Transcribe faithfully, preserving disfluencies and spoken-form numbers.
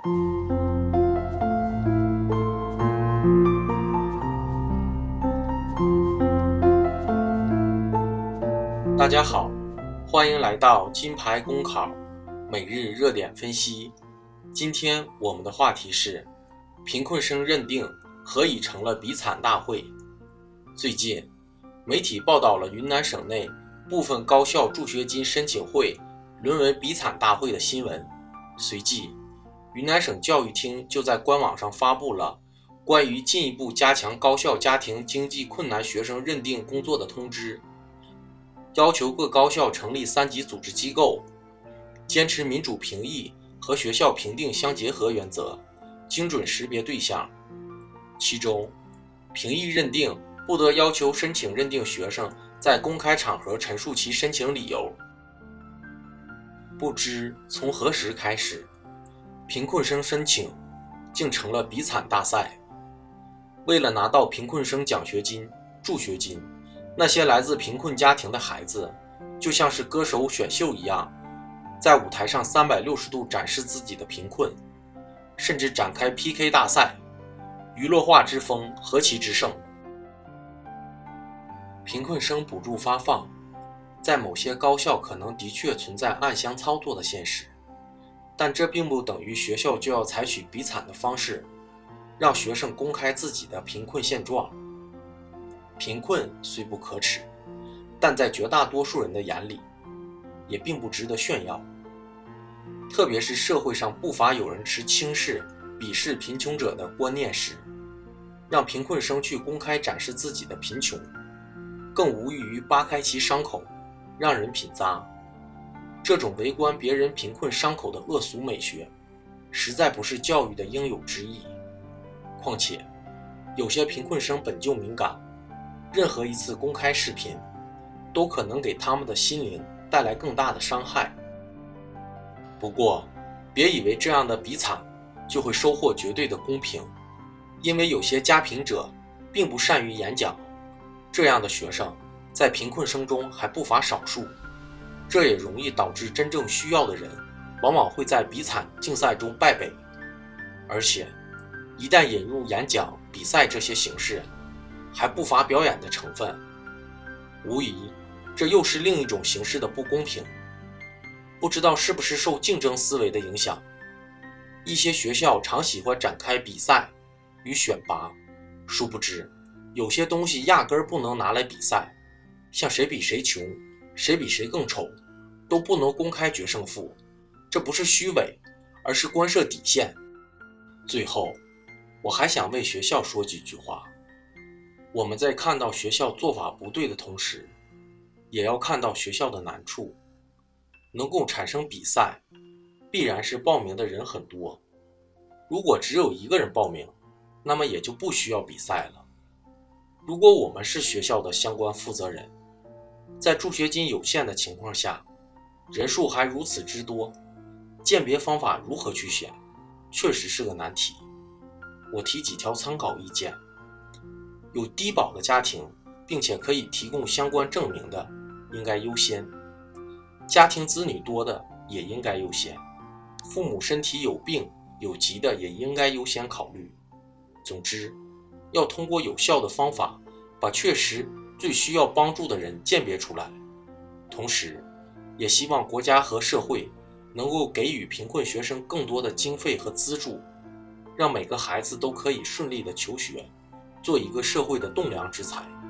大家好，欢迎来到金牌公考每日热点分析。今天我们的话题是贫困生认定何以成了比惨大会。最近媒体报道了云南省内部分高校助学金申请会沦为比惨大会的新闻。随即云南省教育厅就在官网上发布了关于进一步加强高校家庭经济困难学生认定工作的通知，要求各高校成立三级组织机构，坚持民主评议和学校评定相结合原则，精准识别对象。其中，评议认定不得要求申请认定学生在公开场合陈述其申请理由。不知从何时开始，贫困生申请竟成了比惨大赛。为了拿到贫困生奖学金、助学金，那些来自贫困家庭的孩子就像是歌手选秀一样，在舞台上三百六十度展示自己的贫困，甚至展开 P K 大赛，娱乐化之风何其之盛。贫困生补助发放在某些高校可能的确存在暗箱操作的现实，但这并不等于学校就要采取比惨的方式让学生公开自己的贫困现状。贫困虽不可耻，但在绝大多数人的眼里也并不值得炫耀，特别是社会上不乏有人持轻视、鄙视贫穷者的观念时，让贫困生去公开展示自己的贫穷，更无异于扒开其伤口，让人品咂。这种围观别人贫困伤口的恶俗美学，实在不是教育的应有之义。况且，有些贫困生本就敏感，任何一次公开视频都可能给他们的心灵带来更大的伤害。不过别以为这样的比惨就会收获绝对的公平，因为有些家贫者并不善于演讲，这样的学生在贫困生中还不乏少数，这也容易导致真正需要的人往往会在比惨竞赛中败北。而且一旦引入演讲、比赛这些形式，还不乏表演的成分，无疑这又是另一种形式的不公平。不知道是不是受竞争思维的影响，一些学校常喜欢展开比赛与选拔，殊不知有些东西压根儿不能拿来比赛，像谁比谁穷、谁比谁更丑，都不能公开决胜负。这不是虚伪，而是关涉底线。最后我还想为学校说几句话。我们在看到学校做法不对的同时，也要看到学校的难处。能够产生比赛，必然是报名的人很多。如果只有一个人报名，那么也就不需要比赛了。如果我们是学校的相关负责人，在助学金有限的情况下，人数还如此之多，鉴别方法如何去选，确实是个难题。我提几条参考意见。有低保的家庭并且可以提供相关证明的应该优先，家庭子女多的也应该优先，父母身体有病有疾的也应该优先考虑。总之，要通过有效的方法把确实最需要帮助的人鉴别出来。同时也希望国家和社会能够给予贫困学生更多的经费和资助，让每个孩子都可以顺利的求学，做一个社会的栋梁之才。